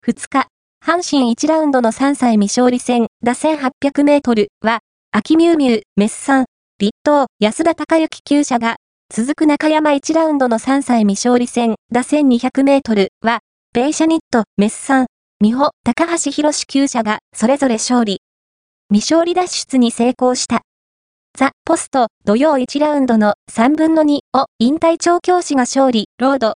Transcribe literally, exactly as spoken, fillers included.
ふつか、阪神いちラウンドのさんさい未勝利戦、打せんはっぴゃくメートルは、秋ミュウミュウ、メスさん、立東、安田隆之厩舎が、続く中山いちラウンドのさんさい未勝利戦、打せんにひゃくメートルは、ベイシャニット、メスさん、美穂、高橋博士厩舎が、それぞれ勝利。未勝利脱出に成功した。ザ・ポスト、土曜いちラウンドのさんぶんのにを引退調教師が勝利、ロード、